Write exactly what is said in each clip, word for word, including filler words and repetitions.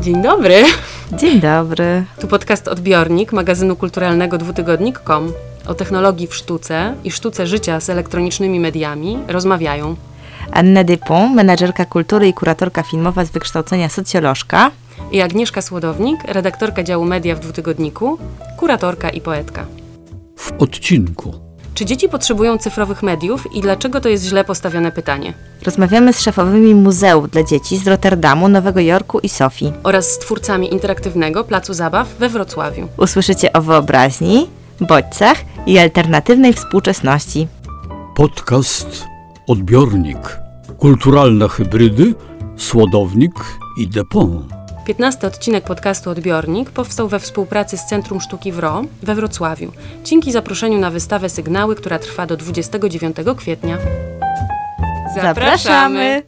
Dzień dobry. Dzień dobry. Tu podcast Odbiornik magazynu kulturalnego dwutygodnik kropka com. O technologii w sztuce i sztuce życia z elektronicznymi mediami rozmawiają Anna Dupont, menadżerka kultury i kuratorka filmowa z wykształcenia socjolożka. I Agnieszka Słodownik, redaktorka działu media w dwutygodniku, kuratorka i poetka. W odcinku. Czy dzieci potrzebują cyfrowych mediów i dlaczego to jest źle postawione pytanie? Rozmawiamy z szefowymi muzeów dla dzieci z Rotterdamu, Nowego Jorku i Sofii. Oraz z twórcami interaktywnego placu zabaw we Wrocławiu. Usłyszycie o wyobraźni, bodźcach i alternatywnej współczesności. Podcast Odbiornik. Kulturalne hybrydy, Słodownik i Dupont. piętnasty odcinek podcastu Odbiornik powstał we współpracy z Centrum Sztuki W R O we Wrocławiu, dzięki zaproszeniu na wystawę Sygnały, która trwa do dwudziestego dziewiątego kwietnia. Zapraszamy!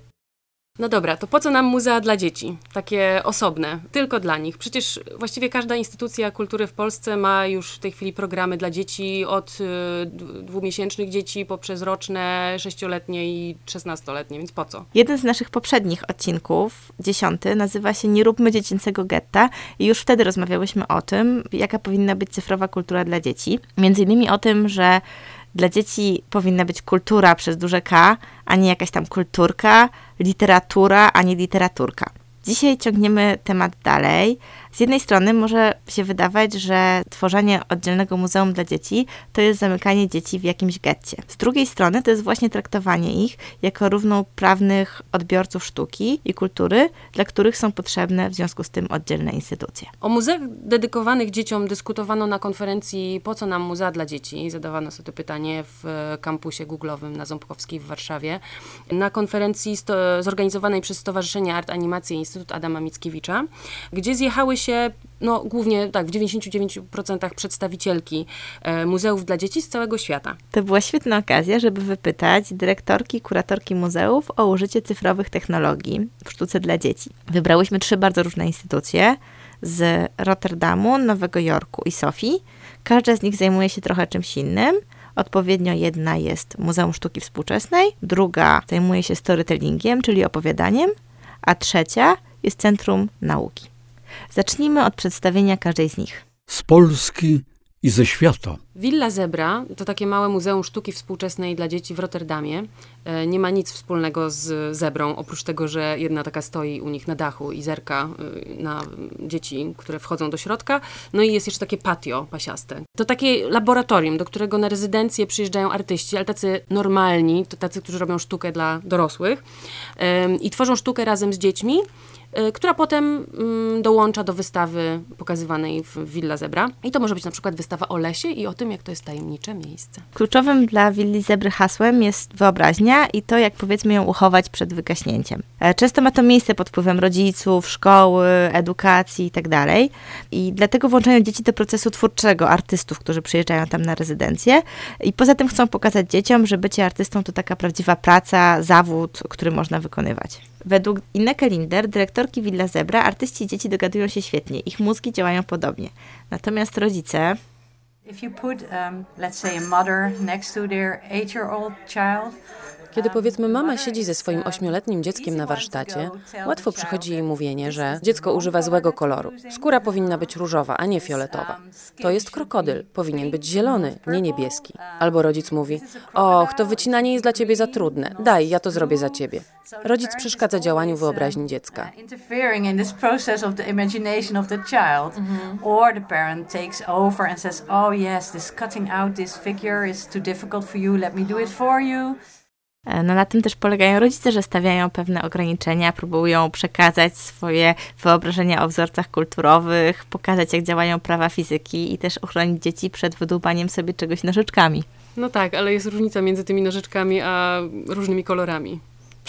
No dobra, to po co nam muzea dla dzieci? Takie osobne, tylko dla nich. Przecież właściwie każda instytucja kultury w Polsce ma już w tej chwili programy dla dzieci, od y, dwumiesięcznych dzieci poprzez roczne, sześcioletnie i szesnastoletnie, więc po co? Jeden z naszych poprzednich odcinków, dziesiąty, nazywa się Nie róbmy dziecięcego getta i już wtedy rozmawiałyśmy o tym, jaka powinna być cyfrowa kultura dla dzieci. Między innymi o tym, że dla dzieci powinna być kultura przez duże K, a nie jakaś tam kulturka, literatura, a nie literaturka. Dzisiaj ciągniemy temat dalej. Z jednej strony może się wydawać, że tworzenie oddzielnego muzeum dla dzieci to jest zamykanie dzieci w jakimś getcie. Z drugiej strony to jest właśnie traktowanie ich jako równoprawnych odbiorców sztuki i kultury, dla których są potrzebne w związku z tym oddzielne instytucje. O muzeach dedykowanych dzieciom dyskutowano na konferencji Po co nam muzea dla dzieci? Zadawano sobie to pytanie w kampusie googlowym na Ząbkowskiej w Warszawie. Na konferencji sto- zorganizowanej przez Stowarzyszenie Art Animacji i Instytut Adama Mickiewicza, gdzie zjechały się no głównie tak w dziewięćdziesiąt dziewięć procent przedstawicielki e, muzeów dla dzieci z całego świata. To była świetna okazja, żeby wypytać dyrektorki, kuratorki muzeów o użycie cyfrowych technologii w sztuce dla dzieci. Wybrałyśmy trzy bardzo różne instytucje z Rotterdamu, Nowego Jorku i Sofii. Każda z nich zajmuje się trochę czymś innym. Odpowiednio jedna jest Muzeum Sztuki Współczesnej, druga zajmuje się storytellingiem, czyli opowiadaniem, a trzecia jest Centrum Nauki. Zacznijmy od przedstawienia każdej z nich. Z Polski i ze świata. Villa Zebra to takie małe muzeum sztuki współczesnej dla dzieci w Rotterdamie. E, nie ma nic wspólnego z zebrą, oprócz tego, że jedna taka stoi u nich na dachu i zerka y, na dzieci, które wchodzą do środka. No i jest jeszcze takie patio pasiaste. To takie laboratorium, do którego na rezydencję przyjeżdżają artyści, ale tacy normalni, to tacy, którzy robią sztukę dla dorosłych e, i tworzą sztukę razem z dziećmi, która potem mm, dołącza do wystawy pokazywanej w Villa Zebra. I to może być na przykład wystawa o lesie i o tym, jak to jest tajemnicze miejsce. Kluczowym dla Willi Zebry hasłem jest wyobraźnia i to, jak powiedzmy ją uchować przed wygaśnięciem. Często ma to miejsce pod wpływem rodziców, szkoły, edukacji i tak dalej. I dlatego włączają dzieci do procesu twórczego artystów, którzy przyjeżdżają tam na rezydencję. I poza tym chcą pokazać dzieciom, że bycie artystą to taka prawdziwa praca, zawód, który można wykonywać. Według Ineke Linder, dyrektorki Villa Zebra, artyści i dzieci dogadują się świetnie. Ich mózgi działają podobnie. Natomiast rodzice... If you put, um, let's say, a mother next to their eight-year-old child, Kiedy powiedzmy mama siedzi ze swoim ośmioletnim dzieckiem na warsztacie, łatwo przychodzi jej mówienie, że dziecko używa złego koloru. Skóra powinna być różowa, a nie fioletowa. To jest krokodyl, powinien być zielony, nie niebieski. Albo rodzic mówi, och, to wycinanie jest dla ciebie za trudne, daj, ja to zrobię za ciebie. Rodzic przeszkadza działaniu wyobraźni dziecka. interfering in this process of the imagination of the child, mm-hmm. or the parent takes over and says, oh yes, this cutting out this figure is too difficult for you, let me do it for you. No na tym też polegają rodzice, że stawiają pewne ograniczenia, próbują przekazać swoje wyobrażenia o wzorcach kulturowych, pokazać, jak działają prawa fizyki i też uchronić dzieci przed wydłubaniem sobie czegoś nożyczkami. No tak, ale jest różnica między tymi nożyczkami a różnymi kolorami.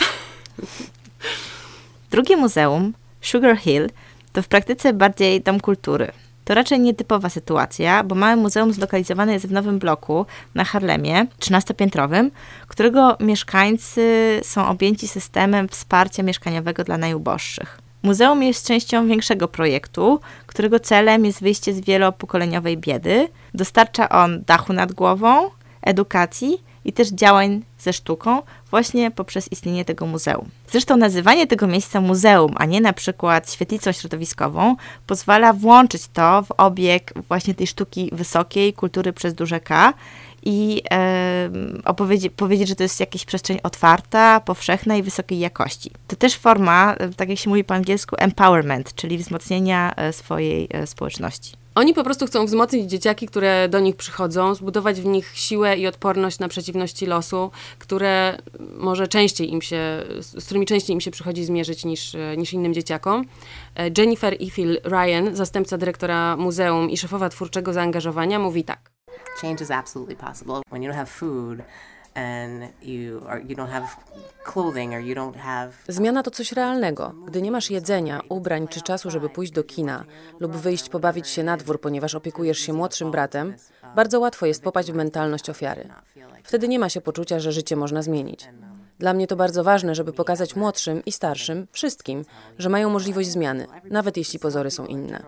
Drugie muzeum, Sugar Hill, to w praktyce bardziej dom kultury. To raczej nietypowa sytuacja, bo małe muzeum zlokalizowane jest w nowym bloku na Harlemie, trzynastopiętrowym, którego mieszkańcy są objęci systemem wsparcia mieszkaniowego dla najuboższych. Muzeum jest częścią większego projektu, którego celem jest wyjście z wielopokoleniowej biedy. Dostarcza on dachu nad głową, edukacji i i też działań ze sztuką właśnie poprzez istnienie tego muzeum. Zresztą nazywanie tego miejsca muzeum, a nie na przykład świetlicą środowiskową, pozwala włączyć to w obieg właśnie tej sztuki wysokiej, kultury przez duże K i e, opowiedzi- powiedzieć, że to jest jakaś przestrzeń otwarta, powszechna i wysokiej jakości. To też forma, tak jak się mówi po angielsku, empowerment, czyli wzmocnienia swojej e, społeczności. Oni po prostu chcą wzmocnić dzieciaki, które do nich przychodzą, zbudować w nich siłę i odporność na przeciwności losu, które może częściej im się, z którymi częściej im się przychodzi zmierzyć niż, niż innym dzieciakom. Jennifer E. Phil Ryan, zastępca dyrektora muzeum i szefowa twórczego zaangażowania, mówi tak. Change is absolutely possible when you don't have food and you or you don't have clothing or you don't have. Zmiana to coś realnego. Gdy nie masz jedzenia, ubrań czy czasu, żeby pójść do kina lub wyjść pobawić się na dwór, ponieważ opiekujesz się młodszym bratem, bardzo łatwo jest popaść w mentalność ofiary. Wtedy nie ma się poczucia, że życie można zmienić. Dla mnie to bardzo ważne, żeby pokazać młodszym i starszym, wszystkim, że mają możliwość zmiany, nawet jeśli pozory są inne.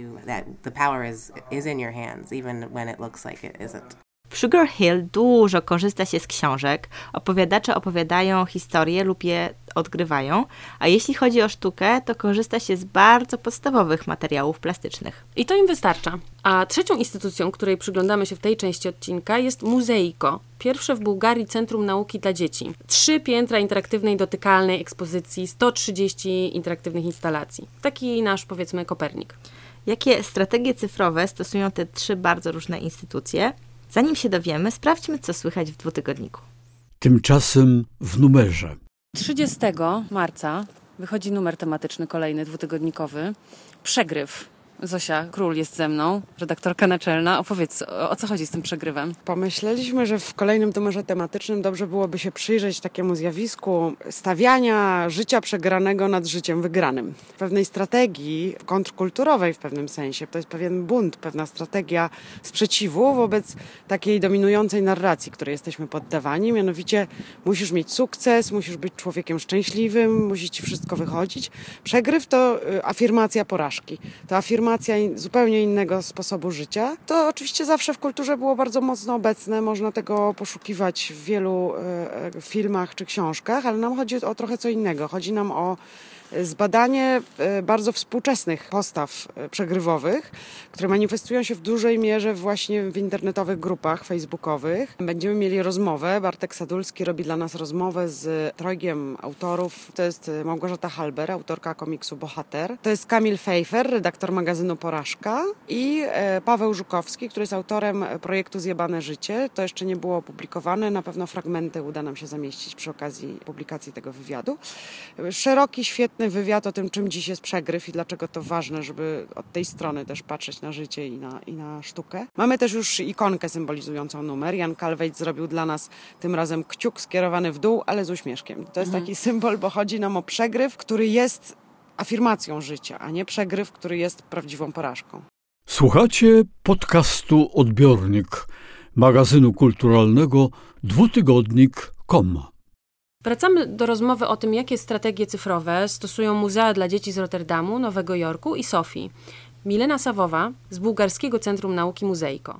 W Sugar Hill dużo korzysta się z książek, opowiadacze opowiadają historie lub je odgrywają, a jeśli chodzi o sztukę, to korzysta się z bardzo podstawowych materiałów plastycznych. I to im wystarcza. A trzecią instytucją, której przyglądamy się w tej części odcinka, jest Muzeiko, pierwsze w Bułgarii Centrum Nauki dla Dzieci. Trzy piętra interaktywnej, dotykalnej ekspozycji, sto trzydzieści interaktywnych instalacji. Taki nasz, powiedzmy, Kopernik. Jakie strategie cyfrowe stosują te trzy bardzo różne instytucje? Zanim się dowiemy, sprawdźmy, co słychać w dwutygodniku. Tymczasem w numerze. trzydziestego marca wychodzi numer tematyczny kolejny, dwutygodnikowy. Przegryw. Zosia Król jest ze mną, redaktorka naczelna. Opowiedz, o, o co chodzi z tym przegrywem? Pomyśleliśmy, że w kolejnym numerze tematycznym dobrze byłoby się przyjrzeć takiemu zjawisku stawiania życia przegranego nad życiem wygranym. Pewnej strategii kontrkulturowej w pewnym sensie. To jest pewien bunt, pewna strategia sprzeciwu wobec takiej dominującej narracji, której jesteśmy poddawani. Mianowicie musisz mieć sukces, musisz być człowiekiem szczęśliwym, musi ci wszystko wychodzić. Przegryw to afirmacja porażki. To afirmacja zupełnie innego sposobu życia. To oczywiście zawsze w kulturze było bardzo mocno obecne. Można tego poszukiwać w wielu e, filmach czy książkach, ale nam chodzi o trochę co innego. Chodzi nam o zbadanie bardzo współczesnych postaw przegrywowych, które manifestują się w dużej mierze właśnie w internetowych grupach facebookowych. Będziemy mieli rozmowę. Bartek Sadulski robi dla nas rozmowę z trojgiem autorów. To jest Małgorzata Halber, autorka komiksu Bohater. To jest Kamil Fejfer, redaktor magazynu Porażka i Paweł Żukowski, który jest autorem projektu Zjebane życie. To jeszcze nie było opublikowane. Na pewno fragmenty uda nam się zamieścić przy okazji publikacji tego wywiadu. Szeroki, świetny wywiad o tym, czym dziś jest przegryw i dlaczego to ważne, żeby od tej strony też patrzeć na życie i na, i na sztukę. Mamy też już ikonkę symbolizującą numer. Jan Kalwejt zrobił dla nas tym razem kciuk skierowany w dół, ale z uśmieszkiem. To jest mhm. taki symbol, bo chodzi nam o przegryw, który jest afirmacją życia, a nie przegryw, który jest prawdziwą porażką. Słuchacie podcastu Odbiornik, magazynu kulturalnego dwutygodnik kropka com. Wracamy do rozmowy o tym, jakie strategie cyfrowe stosują muzea dla dzieci z Rotterdamu, Nowego Jorku i Sofii. Milena Sawowa z Bułgarskiego Centrum Nauki Muzeiko.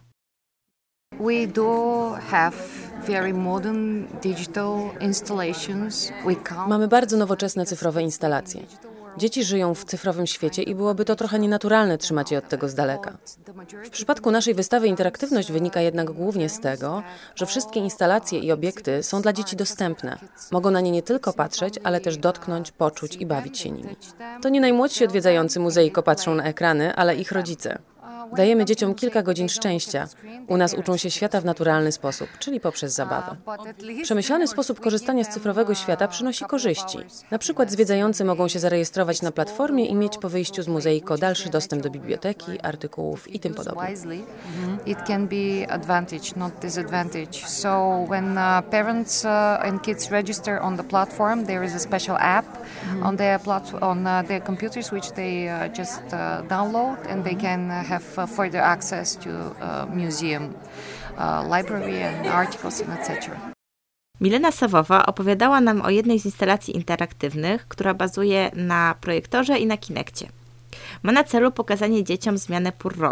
We do have very modern digital installations. We come... Mamy bardzo nowoczesne cyfrowe instalacje. Dzieci żyją w cyfrowym świecie i byłoby to trochę nienaturalne trzymać je od tego z daleka. W przypadku naszej wystawy interaktywność wynika jednak głównie z tego, że wszystkie instalacje i obiekty są dla dzieci dostępne. Mogą na nie nie tylko patrzeć, ale też dotknąć, poczuć i bawić się nimi. To nie najmłodsi odwiedzający Muzeiko patrzą na ekrany, ale ich rodzice. Dajemy dzieciom kilka godzin szczęścia. U nas uczą się świata w naturalny sposób, czyli poprzez zabawę. Przemyślany sposób korzystania z cyfrowego świata przynosi korzyści. Na przykład zwiedzający mogą się zarejestrować na platformie i mieć po wyjściu z Muzeiko dalszy dostęp do biblioteki, artykułów i tym podobne. It can be advantage, not disadvantage. So when parents and kids register on the platform, there is a special app on their plat- on their computers which they just download and they can have Uh, further access to uh, museum, uh, library and articles and et cetera. Milena Sawowa opowiadała nam o jednej z instalacji interaktywnych, która bazuje na projektorze i na Kinekcie. Ma na celu pokazanie dzieciom zmianę pór roku.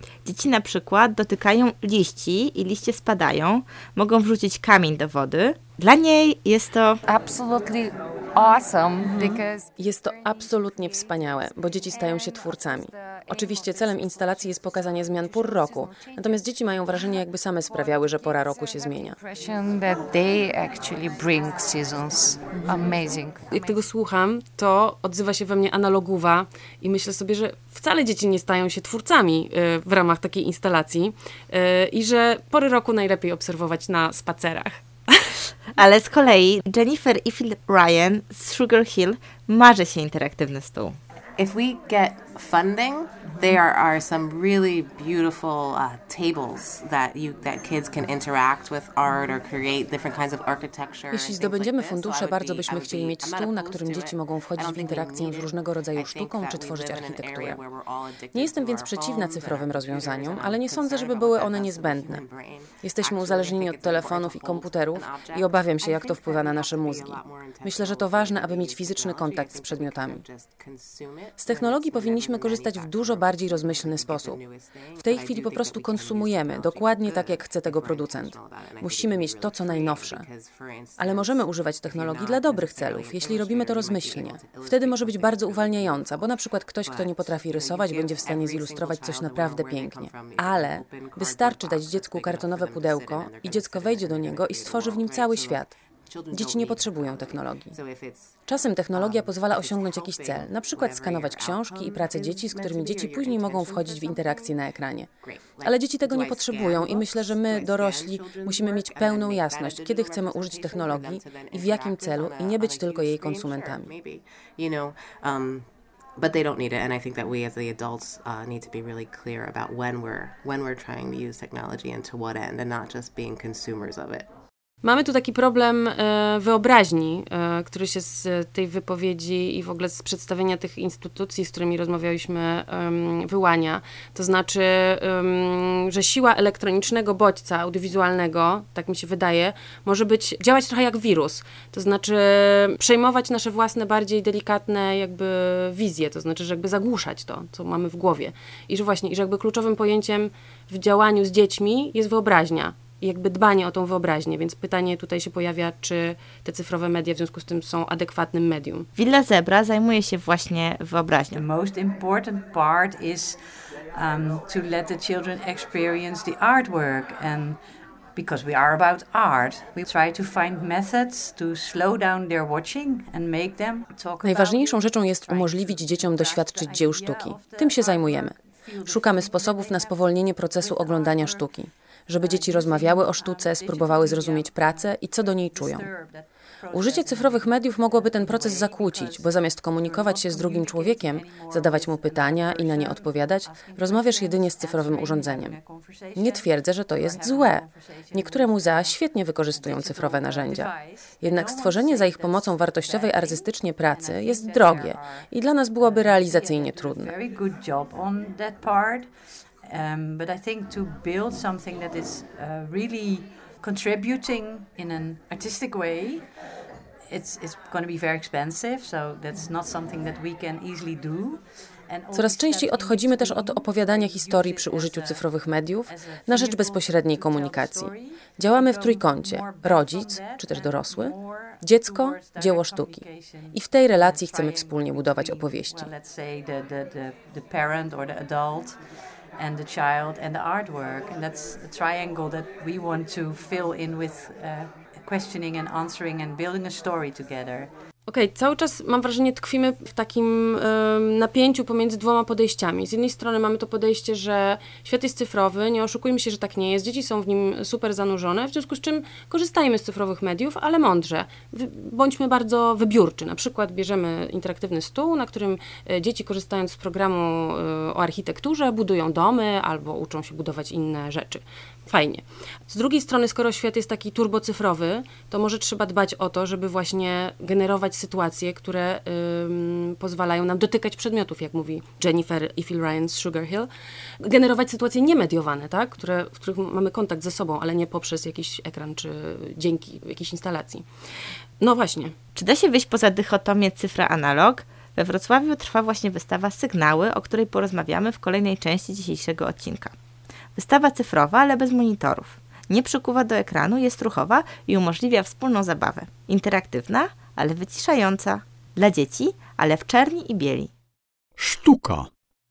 Dzieci na przykład dotykają liści i liście spadają, mogą wrzucić kamień do wody. Dla niej jest to Absolutely awesome because Jest to absolutnie wspaniałe, bo dzieci stają się twórcami. Oczywiście celem instalacji jest pokazanie zmian pór roku, natomiast dzieci mają wrażenie, jakby same sprawiały, że pora roku się zmienia. impression that they actually bring seasons. Amazing. Jak tego słucham, to odzywa się we mnie analogowa i myślę sobie, że wcale dzieci nie stają się twórcami y, w ramach takiej instalacji y, i że pory roku najlepiej obserwować na spacerach. Ale z kolei Jennifer i Phil Ryan z Sugar Hill marzy się interaktywny stół. If we get funding, there are some really beautiful uh, tables that you that kids can interact with art or create different kinds of architecture. Jeśli zdobędziemy fundusze, bardzo byśmy chcieli mieć stół, na którym dzieci mogą wchodzić w interakcję z różnego rodzaju sztuką czy tworzyć architekturę. Nie jestem więc przeciwna cyfrowym rozwiązaniom, ale nie sądzę, żeby były one niezbędne. Jesteśmy uzależnieni od telefonów i komputerów i obawiam się, jak to wpływa na nasze mózgi. Myślę, że to ważne, aby mieć fizyczny kontakt z przedmiotami. Z technologii powinniśmy korzystać w dużo bardziej rozmyślny sposób. W tej chwili po prostu konsumujemy, dokładnie tak jak chce tego producent. Musimy mieć to, co najnowsze. Ale możemy używać technologii dla dobrych celów, jeśli robimy to rozmyślnie. Wtedy może być bardzo uwalniająca, bo na przykład ktoś, kto nie potrafi rysować, będzie w stanie zilustrować coś naprawdę pięknie. Ale wystarczy dać dziecku kartonowe pudełko i dziecko wejdzie do niego i stworzy w nim cały świat. Dzieci nie potrzebują technologii. Czasem technologia pozwala osiągnąć jakiś cel, na przykład skanować książki i pracę dzieci, z którymi dzieci później mogą wchodzić w interakcję na ekranie. Ale dzieci tego nie potrzebują i myślę, że my, dorośli, musimy mieć pełną jasność, kiedy chcemy użyć technologii i w jakim celu i nie być tylko jej konsumentami. But they don't need it, and I think that we as the adults uh, need to be really clear about when we're when we're trying to use technology and to what end, and not just being consumers of it. Mamy tu taki problem e, wyobraźni, e, który się z tej wypowiedzi i w ogóle z przedstawienia tych instytucji, z którymi rozmawialiśmy, e, wyłania. To znaczy, e, że siła elektronicznego bodźca audiowizualnego, tak mi się wydaje, może być, działać trochę jak wirus. To znaczy przejmować nasze własne, bardziej delikatne jakby wizje, to znaczy, że jakby zagłuszać to, co mamy w głowie. I że właśnie, i że jakby kluczowym pojęciem w działaniu z dziećmi jest wyobraźnia. I jakby dbanie o tą wyobraźnię, więc pytanie tutaj się pojawia, czy te cyfrowe media w związku z tym są adekwatnym medium. Villa Zebra zajmuje się właśnie wyobraźnią. The most important part is um, to let the children experience the artwork, and because we are about art, we try to find methods to slow down their watching and make them talk. Najważniejszą rzeczą jest umożliwić dzieciom doświadczyć dzieł sztuki. Tym się zajmujemy. Szukamy sposobów na spowolnienie procesu oglądania sztuki, żeby dzieci rozmawiały o sztuce, spróbowały zrozumieć pracę i co do niej czują. Użycie cyfrowych mediów mogłoby ten proces zakłócić, bo zamiast komunikować się z drugim człowiekiem, zadawać mu pytania i na nie odpowiadać, rozmawiasz jedynie z cyfrowym urządzeniem. Nie twierdzę, że to jest złe. Niektóre muzea świetnie wykorzystują cyfrowe narzędzia. Jednak stworzenie za ich pomocą wartościowej artystycznie pracy jest drogie i dla nas byłoby realizacyjnie trudne. Um, but I think to build something that is uh, really contributing in an artistic way, it's it's going to be very expensive, so that's not something that we can easily do. Coraz częściej odchodzimy też od opowiadania historii przy użyciu cyfrowych mediów na rzecz bezpośredniej komunikacji. Działamy w trójkącie: rodzic, czy też dorosły, dziecko, dzieło sztuki. I w tej relacji chcemy wspólnie budować opowieści. And the child and the artwork, and that's a triangle that we want to fill in with uh, questioning and answering and building a story together. Okej, okay, cały czas mam wrażenie tkwimy w takim y, napięciu pomiędzy dwoma podejściami. Z jednej strony mamy to podejście, że świat jest cyfrowy, nie oszukujmy się, że tak nie jest, dzieci są w nim super zanurzone, w związku z czym korzystajmy z cyfrowych mediów, ale mądrze. Wy, bądźmy bardzo wybiórczy. Na przykład bierzemy interaktywny stół, na którym y, dzieci, korzystając z programu y, o architekturze, budują domy albo uczą się budować inne rzeczy. Fajnie. Z drugiej strony, skoro świat jest taki turbocyfrowy, to może trzeba dbać o to, żeby właśnie generować sytuacje, które ym, pozwalają nam dotykać przedmiotów, jak mówi Jennifer i Phil Ryan z Sugar Hill. Generować sytuacje niemediowane, tak? Które, w których mamy kontakt ze sobą, ale nie poprzez jakiś ekran czy dzięki jakiejś instalacji. No właśnie. Czy da się wyjść poza dychotomię cyfra-analog? We Wrocławiu trwa właśnie wystawa Sygnały, o której porozmawiamy w kolejnej części dzisiejszego odcinka. Wystawa cyfrowa, ale bez monitorów. Nie przykuwa do ekranu, jest ruchowa i umożliwia wspólną zabawę. Interaktywna, ale wyciszająca. Dla dzieci, ale w czerni i bieli. Sztuka.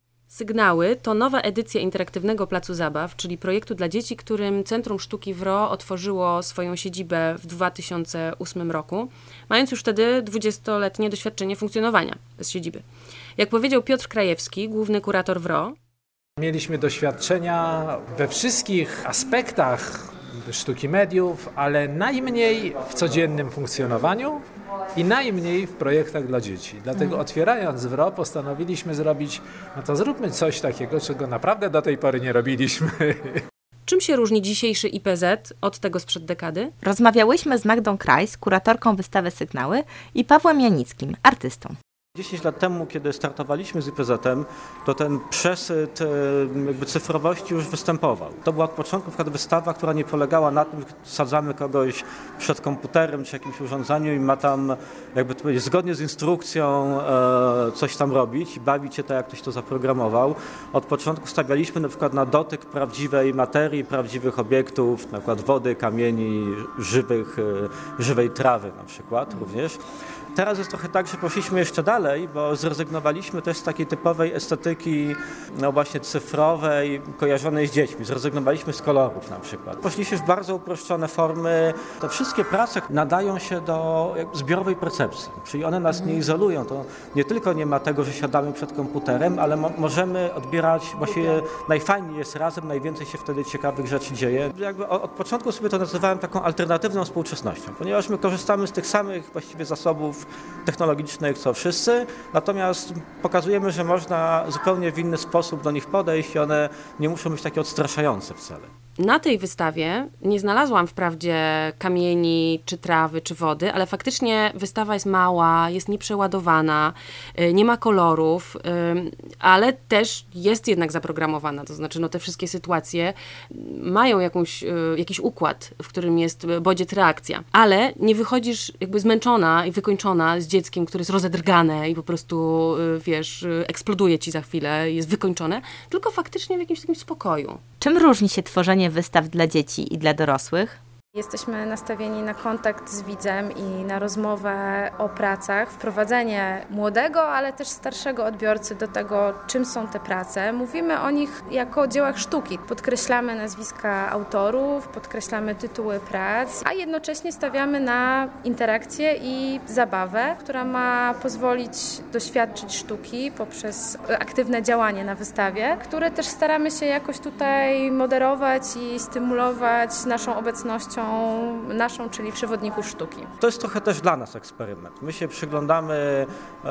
Sygnały to nowa edycja interaktywnego placu zabaw, czyli projektu dla dzieci, którym Centrum Sztuki w R O otworzyło swoją siedzibę w dwa tysiące ósmym roku, mając już wtedy dwudziestoletnie doświadczenie funkcjonowania z siedziby. Jak powiedział Piotr Krajewski, główny kurator w R O, mieliśmy doświadczenia we wszystkich aspektach sztuki mediów, ale najmniej w codziennym funkcjonowaniu i najmniej w projektach dla dzieci. Dlatego otwierając w R O postanowiliśmy zrobić, no to zróbmy coś takiego, czego naprawdę do tej pory nie robiliśmy. Czym się różni dzisiejszy I P Z od tego sprzed dekady? Rozmawiałyśmy z Magdą Krajs, kuratorką wystawy Sygnały, i Pawłem Janickim, artystą. dziesięć lat temu, kiedy startowaliśmy z I P Z-em, to ten przesyt jakby cyfrowości już występował. To była od początku wtedy wystawa, która nie polegała na tym, że sadzamy kogoś przed komputerem czy jakimś urządzeniu i ma tam, jakby to powiedzieć, zgodnie z instrukcją e, coś tam robić i bawić się tak, jak ktoś to zaprogramował. Od początku stawialiśmy na przykład na dotyk prawdziwej materii, prawdziwych obiektów, na przykład wody, kamieni, żywych, e, żywej trawy na przykład również. Teraz jest trochę tak, że poszliśmy jeszcze dalej, bo zrezygnowaliśmy też z takiej typowej estetyki, no właśnie cyfrowej, kojarzonej z dziećmi. Zrezygnowaliśmy z kolorów na przykład. Poszliśmy w bardzo uproszczone formy. Te wszystkie prace nadają się do zbiorowej percepcji, czyli one nas nie izolują. To nie tylko nie ma tego, że siadamy przed komputerem, ale mo- możemy odbierać, właściwie najfajniej jest razem, najwięcej się wtedy ciekawych rzeczy dzieje. Jakby od, od początku sobie to nazywałem taką alternatywną współczesnością, ponieważ my korzystamy z tych samych właściwie zasobów technologicznych co wszyscy, natomiast pokazujemy, że można zupełnie w inny sposób do nich podejść i one nie muszą być takie odstraszające wcale. Na tej wystawie nie znalazłam wprawdzie kamieni, czy trawy, czy wody, ale faktycznie wystawa jest mała, jest nieprzeładowana, nie ma kolorów, ale też jest jednak zaprogramowana. To znaczy, no te wszystkie sytuacje mają jakąś, jakiś układ, w którym jest bodziec, reakcja. Ale nie wychodzisz jakby zmęczona i wykończona z dzieckiem, które jest rozedrgane i po prostu, wiesz, eksploduje ci za chwilę, jest wykończone, tylko faktycznie w jakimś takim spokoju. Czym różni się tworzenie wystaw dla dzieci i dla dorosłych? Jesteśmy nastawieni na kontakt z widzem i na rozmowę o pracach, wprowadzenie młodego, ale też starszego odbiorcy do tego, czym są te prace. Mówimy o nich jako o dziełach sztuki. Podkreślamy nazwiska autorów, podkreślamy tytuły prac, a jednocześnie stawiamy na interakcję i zabawę, która ma pozwolić doświadczyć sztuki poprzez aktywne działanie na wystawie, które też staramy się jakoś tutaj moderować i stymulować naszą obecnością naszą, czyli przewodników sztuki. To jest trochę też dla nas eksperyment. My się przyglądamy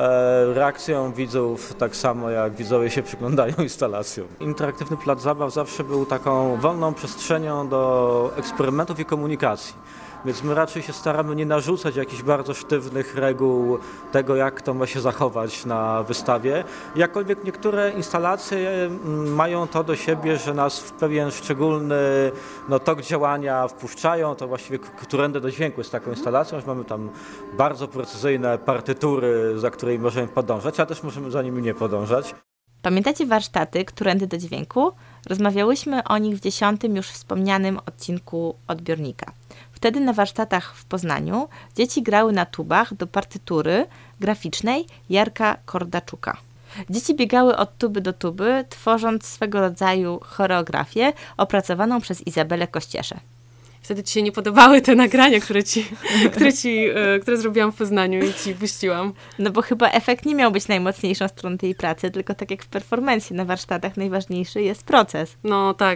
e, reakcjom widzów tak samo, jak widzowie się przyglądają instalacjom. Interaktywny plac zabaw zawsze był taką wolną przestrzenią do eksperymentów i komunikacji. Więc my raczej się staramy nie narzucać jakichś bardzo sztywnych reguł tego, jak to ma się zachować na wystawie. Jakkolwiek niektóre instalacje mają to do siebie, że nas w pewien szczególny no, tok działania wpuszczają. To właściwie Którędy do dźwięku jest taką instalacją, że mamy tam bardzo precyzyjne partytury, za którymi możemy podążać, a też możemy za nimi nie podążać. Pamiętacie warsztaty Którędy do dźwięku? Rozmawiałyśmy o nich w dziesiątym już wspomnianym odcinku Odbiornika. Wtedy na warsztatach w Poznaniu dzieci grały na tubach do partytury graficznej Jarka Kordaczuka. Dzieci biegały od tuby do tuby, tworząc swego rodzaju choreografię opracowaną przez Izabelę Kościeszę. Wtedy ci się nie podobały te nagrania, które ci, które, ci, które zrobiłam w Poznaniu i ci puściłam. No bo chyba efekt nie miał być najmocniejszą stroną tej pracy, tylko tak jak w performancie na warsztatach najważniejszy jest proces. No tak.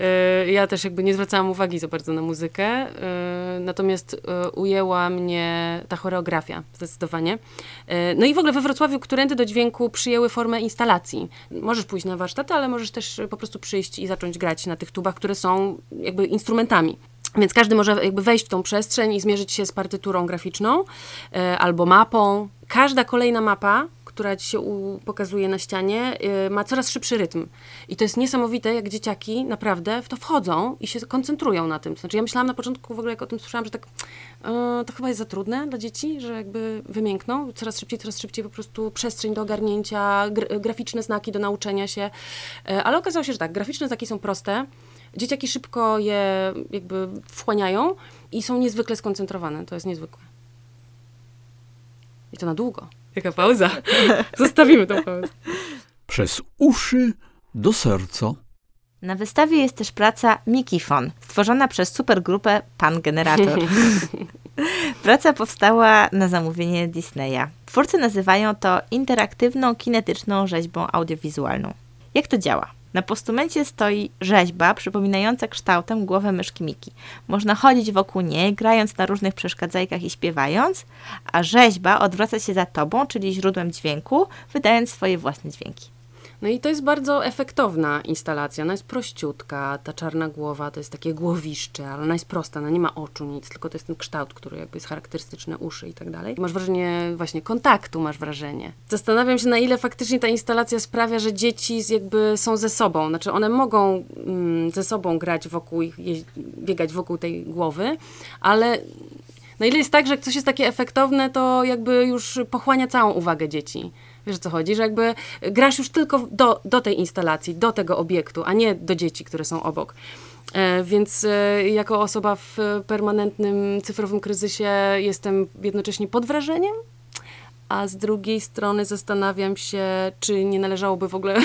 Ja też jakby nie zwracałam uwagi za bardzo na muzykę, natomiast ujęła mnie ta choreografia zdecydowanie. No i w ogóle we Wrocławiu Którędy do dźwięku przyjęły formę instalacji. Możesz pójść na warsztaty, ale możesz też po prostu przyjść i zacząć grać na tych tubach, które są jakby instrumentami. Więc każdy może jakby wejść w tą przestrzeń i zmierzyć się z partyturą graficzną e, albo mapą. Każda kolejna mapa, która ci się u, pokazuje na ścianie, yy, ma coraz szybszy rytm. I to jest niesamowite, jak dzieciaki naprawdę w to wchodzą i się koncentrują na tym. Znaczy ja myślałam na początku w ogóle, jak o tym słyszałam, że tak yy, to chyba jest za trudne dla dzieci, że jakby wymiękną. Coraz szybciej, coraz szybciej po prostu przestrzeń do ogarnięcia, gr- graficzne znaki do nauczenia się. Yy, ale okazało się, że tak, graficzne znaki są proste. Dzieciaki szybko je jakby wchłaniają i są niezwykle skoncentrowane. To jest niezwykłe. I to na długo. Jaka pauza. Zostawimy tą pauzę. Przez uszy do serca. Na wystawie jest też praca Mikifon, stworzona przez supergrupę Pan Generator. Praca powstała na zamówienie Disneya. Twórcy nazywają to interaktywną, kinetyczną rzeźbą audiowizualną. Jak to działa? Na postumencie stoi rzeźba przypominająca kształtem głowę myszki Miki. Można chodzić wokół niej, grając na różnych przeszkadzajkach i śpiewając, a rzeźba odwraca się za tobą, czyli źródłem dźwięku, wydając swoje własne dźwięki. No i to jest bardzo efektowna instalacja. Ona jest prościutka, ta czarna głowa to jest takie głowiszcze, ale ona jest prosta, ona nie ma oczu, nic, tylko to jest ten kształt, który jakby jest charakterystyczny, uszy i tak dalej. Masz wrażenie właśnie kontaktu, masz wrażenie. Zastanawiam się, na ile faktycznie ta instalacja sprawia, że dzieci jakby są ze sobą. Znaczy one mogą mm, ze sobą grać wokół, je, biegać wokół tej głowy, ale na ile jest tak, że jak coś jest takie efektowne, to jakby już pochłania całą uwagę dzieci. Wiesz, o co chodzi? Że jakby grasz już tylko do, do tej instalacji, do tego obiektu, a nie do dzieci, które są obok. E, więc e, jako osoba w permanentnym cyfrowym kryzysie jestem jednocześnie pod wrażeniem, a z drugiej strony zastanawiam się, czy nie należałoby w ogóle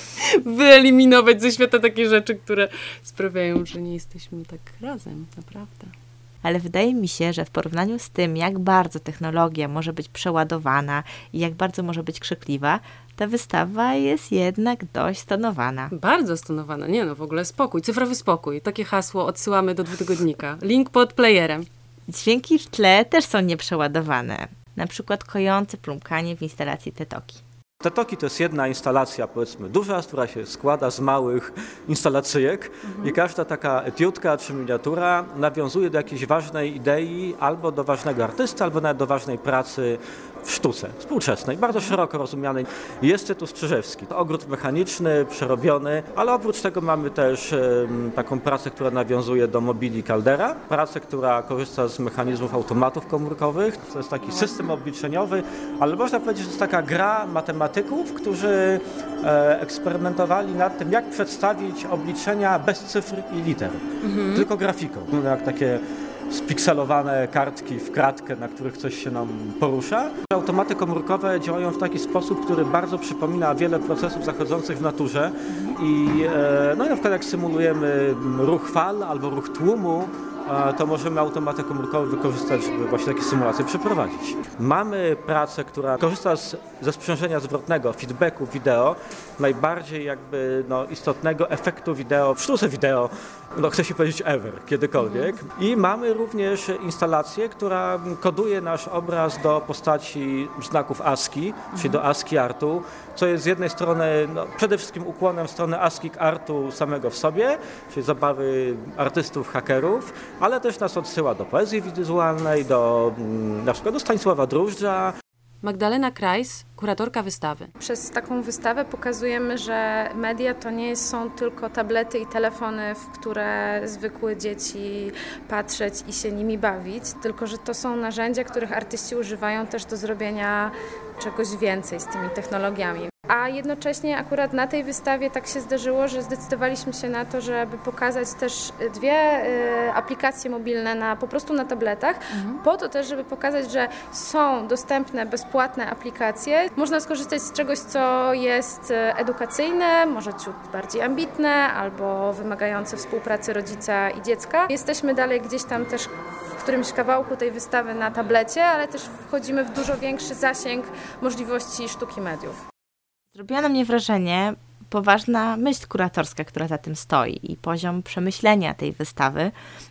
wyeliminować ze świata takie rzeczy, które sprawiają, że nie jesteśmy tak razem, naprawdę. Ale wydaje mi się, że w porównaniu z tym, jak bardzo technologia może być przeładowana i jak bardzo może być krzykliwa, ta wystawa jest jednak dość stonowana. Bardzo stonowana. Nie no, w ogóle spokój, cyfrowy spokój. Takie hasło odsyłamy do dwutygodnika. Link pod playerem. Dźwięki w tle też są nieprzeładowane. Na przykład kojące plumkanie w instalacji Tetoki. Tetoki to jest jedna instalacja, powiedzmy duża, która się składa z małych instalacyjek mhm. i każda taka etiudka czy miniatura nawiązuje do jakiejś ważnej idei albo do ważnego artysty, albo nawet do ważnej pracy w sztuce współczesnej, bardzo szeroko rozumianej. Jest Tytus Czyżewski. To ogród mechaniczny, przerobiony, ale oprócz tego mamy też um, taką pracę, która nawiązuje do mobili Caldera, pracę, która korzysta z mechanizmów automatów komórkowych. To jest taki system obliczeniowy, ale można powiedzieć, że to jest taka gra matematyków, którzy e, eksperymentowali nad tym, jak przedstawić obliczenia bez cyfr i liter, mhm. tylko grafiką. Jak takie spikselowane kartki w kratkę, na których coś się nam porusza. Automaty komórkowe działają w taki sposób, który bardzo przypomina wiele procesów zachodzących w naturze i e, no i na przykład jak symulujemy ruch fal albo ruch tłumu, to możemy automaty komórkowe wykorzystać, żeby właśnie takie symulacje przeprowadzić. Mamy pracę, która korzysta z, ze sprzężenia zwrotnego, feedbacku wideo, najbardziej jakby no, istotnego efektu wideo w sztuce wideo, no chcę się powiedzieć ever, kiedykolwiek. I mamy również instalację, która koduje nasz obraz do postaci znaków ASCII, czyli do ASCII artu, co jest z jednej strony no, przede wszystkim ukłonem w stronę ASCII artu samego w sobie, czyli zabawy artystów, hakerów, ale też nas odsyła do poezji wizualnej, do na przykład do Stanisława Drużdża. Magdalena Krajs, kuratorka wystawy. Przez taką wystawę pokazujemy, że media to nie są tylko tablety i telefony, w które zwykły dzieci patrzeć i się nimi bawić, tylko że to są narzędzia, których artyści używają też do zrobienia czegoś więcej z tymi technologiami. A jednocześnie akurat na tej wystawie tak się zdarzyło, że zdecydowaliśmy się na to, żeby pokazać też dwie y, aplikacje mobilne na, po prostu na tabletach, mhm. po to też, żeby pokazać, że są dostępne bezpłatne aplikacje. Można skorzystać z czegoś, co jest edukacyjne, może ciut bardziej ambitne albo wymagające współpracy rodzica i dziecka. Jesteśmy dalej gdzieś tam też w którymś kawałku tej wystawy na tablecie, ale też wchodzimy w dużo większy zasięg możliwości sztuki mediów. Zrobiła na mnie wrażenie poważna myśl kuratorska, która za tym stoi i poziom przemyślenia tej wystawy,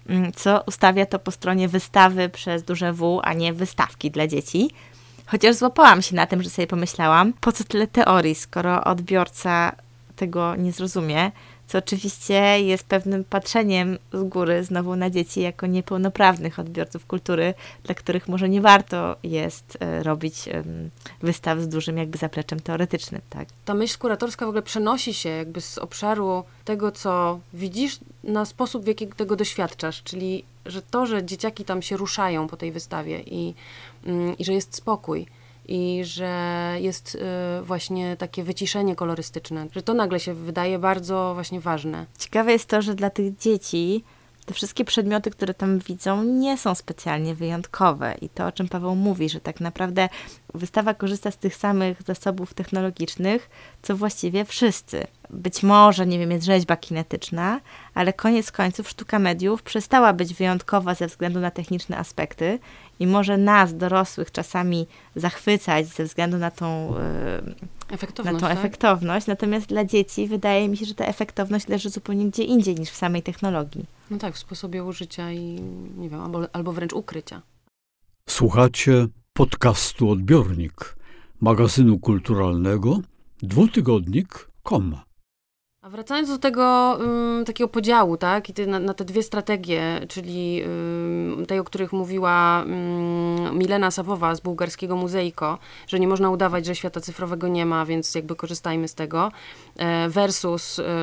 co ustawia to po stronie wystawy przez duże W, a nie wystawki dla dzieci. Chociaż złapałam się na tym, że sobie pomyślałam, po co tyle teorii, skoro odbiorca tego nie zrozumie, co oczywiście jest pewnym patrzeniem z góry znowu na dzieci jako niepełnoprawnych odbiorców kultury, dla których może nie warto jest robić wystaw z dużym jakby zapleczem teoretycznym, tak? Ta myśl kuratorska w ogóle przenosi się jakby z obszaru tego, co widzisz, na sposób, w jaki tego doświadczasz, czyli że to, że dzieciaki tam się ruszają po tej wystawie i, i że jest spokój, i że jest y, właśnie takie wyciszenie kolorystyczne, że to nagle się wydaje bardzo właśnie ważne. Ciekawe jest to, że dla tych dzieci te wszystkie przedmioty, które tam widzą, nie są specjalnie wyjątkowe. I to, o czym Paweł mówi, że tak naprawdę wystawa korzysta z tych samych zasobów technologicznych, co właściwie wszyscy. Być może, nie wiem, jest rzeźba kinetyczna, ale koniec końców sztuka mediów przestała być wyjątkowa ze względu na techniczne aspekty i może nas, dorosłych, czasami zachwycać ze względu na tą, yy, efektowność, na tą tak? efektowność. Natomiast dla dzieci wydaje mi się, że ta efektowność leży zupełnie gdzie indziej niż w samej technologii. No tak, w sposobie użycia i nie wiem, albo, albo wręcz ukrycia. Słuchacie podcastu Odbiornik, magazynu kulturalnego dwutygodnik kropka com. A wracając do tego um, takiego podziału, tak, i te, na, na te dwie strategie, czyli um, tej, o których mówiła um, Milena Sawowa z bułgarskiego Muzeiko, że nie można udawać, że świata cyfrowego nie ma, więc jakby korzystajmy z tego, e, versus e,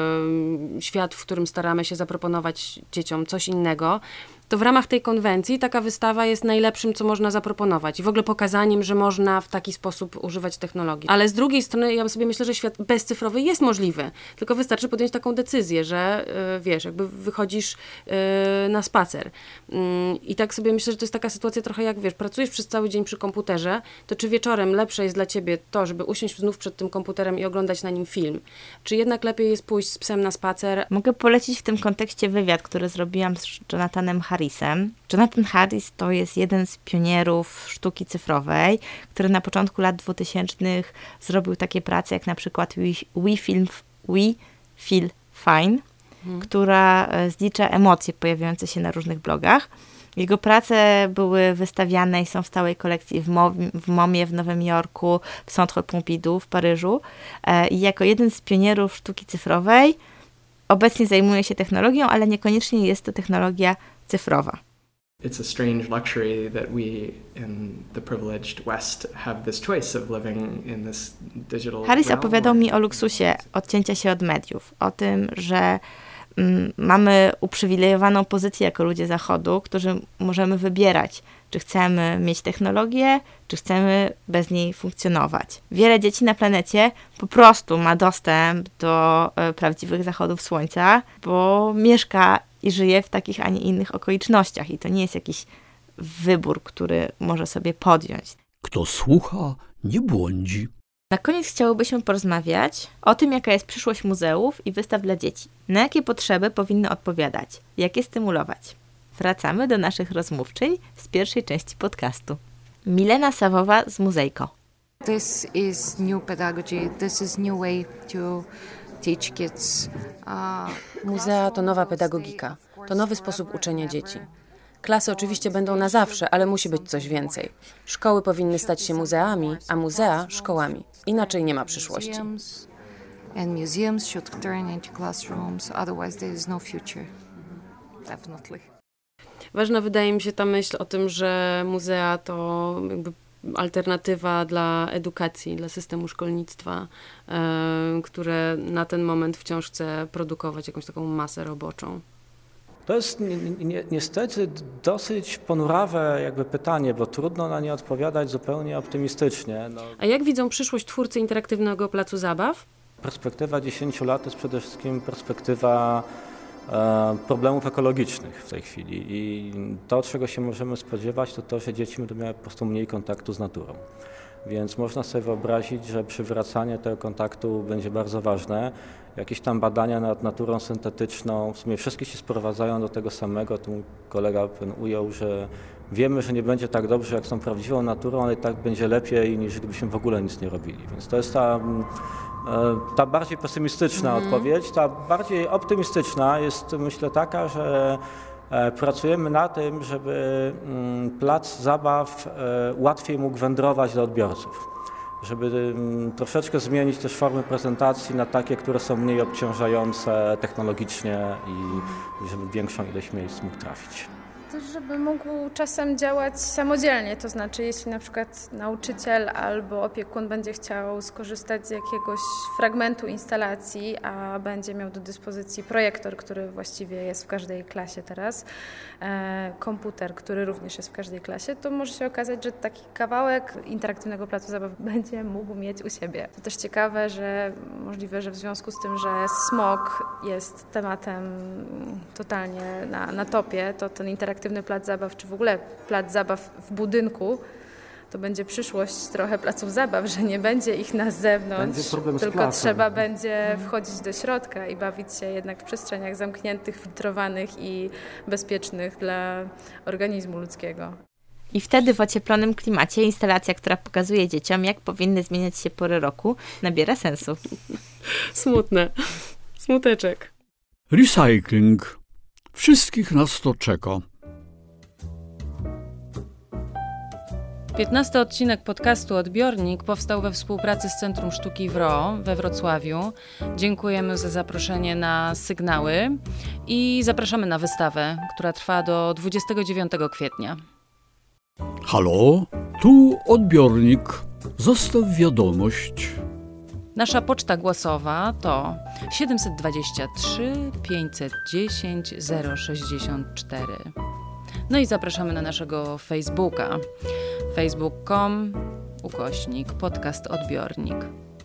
świat, w którym staramy się zaproponować dzieciom coś innego, to w ramach tej konwencji taka wystawa jest najlepszym, co można zaproponować i w ogóle pokazaniem, że można w taki sposób używać technologii. Ale z drugiej strony ja sobie myślę, że świat bezcyfrowy jest możliwy, tylko wystarczy podjąć taką decyzję, że yy, wiesz, jakby wychodzisz yy, na spacer. Yy, I tak sobie myślę, że to jest taka sytuacja trochę jak, wiesz, pracujesz przez cały dzień przy komputerze, to czy wieczorem lepsze jest dla ciebie to, żeby usiąść znów przed tym komputerem i oglądać na nim film? Czy jednak lepiej jest pójść z psem na spacer? Mogę polecić w tym kontekście wywiad, który zrobiłam z Jonathanem Harrisem. Jonathan Harris to jest jeden z pionierów sztuki cyfrowej, który na początku lat dwutysięcznych zrobił takie prace jak na przykład We, We, Film, We Feel Fine, hmm. która zlicza emocje pojawiające się na różnych blogach. Jego prace były wystawiane i są w stałej kolekcji w, Mo- w MoMie w Nowym Jorku, w Centre Pompidou w Paryżu. I jako jeden z pionierów sztuki cyfrowej obecnie zajmuje się technologią, ale niekoniecznie jest to technologia cyfrowa. It's a strange luxury that we in the privileged West have this choice of living in this digital Harris opowiadał mi o luksusie odcięcia się od mediów, o tym, że mm, mamy uprzywilejowaną pozycję jako ludzie Zachodu, którzy możemy wybierać, czy chcemy mieć technologię, czy chcemy bez niej funkcjonować. Wiele dzieci na planecie po prostu ma dostęp do e, prawdziwych zachodów słońca, bo mieszka i żyje w takich, a nie innych okolicznościach. I to nie jest jakiś wybór, który może sobie podjąć. Kto słucha, nie błądzi. Na koniec chciałobyśmy porozmawiać o tym, jaka jest przyszłość muzeów i wystaw dla dzieci. Na jakie potrzeby powinny odpowiadać? Jak je stymulować? Wracamy do naszych rozmówczyń z pierwszej części podcastu. Milena Sawowa z Muzeiko. This is new pedagogy. This is new way to teach kids. Uh, Muzea to nowa pedagogika. To nowy sposób uczenia dzieci. Klasy oczywiście będą na zawsze, ale musi być coś więcej. Szkoły powinny stać się muzeami, a muzea szkołami. Inaczej nie ma przyszłości. And museums should turn into classrooms, otherwise there is no future. Definitely. Ważna wydaje mi się ta myśl o tym, że muzea to jakby alternatywa dla edukacji, dla systemu szkolnictwa, e, które na ten moment wciąż chce produkować jakąś taką masę roboczą. To jest ni- ni- niestety dosyć ponurawe jakby pytanie, bo trudno na nie odpowiadać zupełnie optymistycznie. No. A jak widzą przyszłość twórcy interaktywnego placu zabaw? Perspektywa dziesięciu lat to jest przede wszystkim perspektywa e, problemów ekologicznych w tej chwili i to, czego się możemy spodziewać, to to, że dzieci będą miały po prostu mniej kontaktu z naturą. Więc można sobie wyobrazić, że przywracanie tego kontaktu będzie bardzo ważne. Jakieś tam badania nad naturą syntetyczną, w sumie wszystkie się sprowadzają do tego samego. Tu mój kolega ujął, że wiemy, że nie będzie tak dobrze jak z tą prawdziwą naturą, ale i tak będzie lepiej niż gdybyśmy w ogóle nic nie robili. Więc to jest ta, ta bardziej pesymistyczna mm. odpowiedź. Ta bardziej optymistyczna jest, myślę, taka, że pracujemy na tym, żeby plac zabaw łatwiej mógł wędrować do odbiorców. żeby troszeczkę zmienić też formy prezentacji na takie, które są mniej obciążające technologicznie i żeby większą ilość miejsc mógł trafić. Też, żeby mógł czasem działać samodzielnie, to znaczy jeśli na przykład nauczyciel albo opiekun będzie chciał skorzystać z jakiegoś fragmentu instalacji, a będzie miał do dyspozycji projektor, który właściwie jest w każdej klasie teraz, e, komputer, który również jest w każdej klasie, to może się okazać, że taki kawałek interaktywnego placu zabaw będzie mógł mieć u siebie. To też ciekawe, że możliwe, że w związku z tym, że smog jest tematem totalnie na, na topie, to ten interaktywny Interaktywny plac zabaw, czy w ogóle plac zabaw w budynku, to będzie przyszłość trochę placów zabaw, że nie będzie ich na zewnątrz, tylko trzeba będzie wchodzić do środka i bawić się jednak w przestrzeniach zamkniętych, filtrowanych i bezpiecznych dla organizmu ludzkiego. I wtedy w ocieplonym klimacie instalacja, która pokazuje dzieciom, jak powinny zmieniać się pory roku, nabiera sensu. Smutne. Smuteczek. Recycling. Wszystkich nas to czeka. piętnasty odcinek podcastu Odbiornik powstał we współpracy z Centrum Sztuki W R O we Wrocławiu. Dziękujemy za zaproszenie na sygnały i zapraszamy na wystawę, która trwa do dwudziestego dziewiątego kwietnia. Halo, tu Odbiornik. Zostaw wiadomość. Nasza poczta głosowa to siedem dwa trzy pięćset dziesięć zero sześćdziesiąt cztery. No i zapraszamy na naszego Facebooka. facebook kropka com ukośnik podcast odbiornik.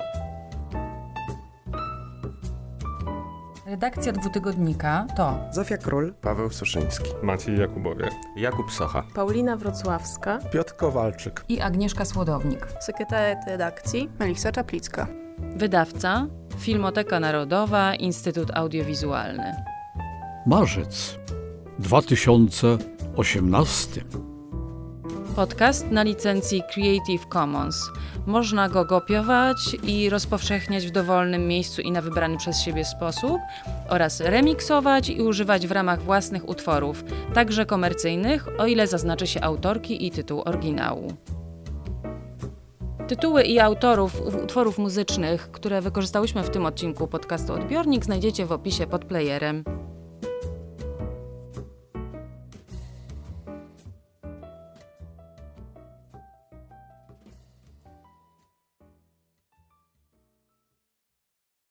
Redakcja dwutygodnika to Zofia Król, Paweł Suszyński, Maciej Jakubowie, Jakub Socha, Paulina Wrocławska, Piotr Kowalczyk i Agnieszka Słodownik. Sekretariat redakcji Melisa Czaplicka. Wydawca Filmoteka Narodowa, Instytut Audiowizualny. Marzec dwa tysiące osiemnasty. Podcast na licencji Creative Commons. Można go kopiować i rozpowszechniać w dowolnym miejscu i na wybrany przez siebie sposób oraz remiksować i używać w ramach własnych utworów, także komercyjnych, o ile zaznaczy się autorki i tytuł oryginału. Tytuły i autorów utworów muzycznych, które wykorzystałyśmy w tym odcinku podcastu Odbiornik, znajdziecie w opisie pod playerem.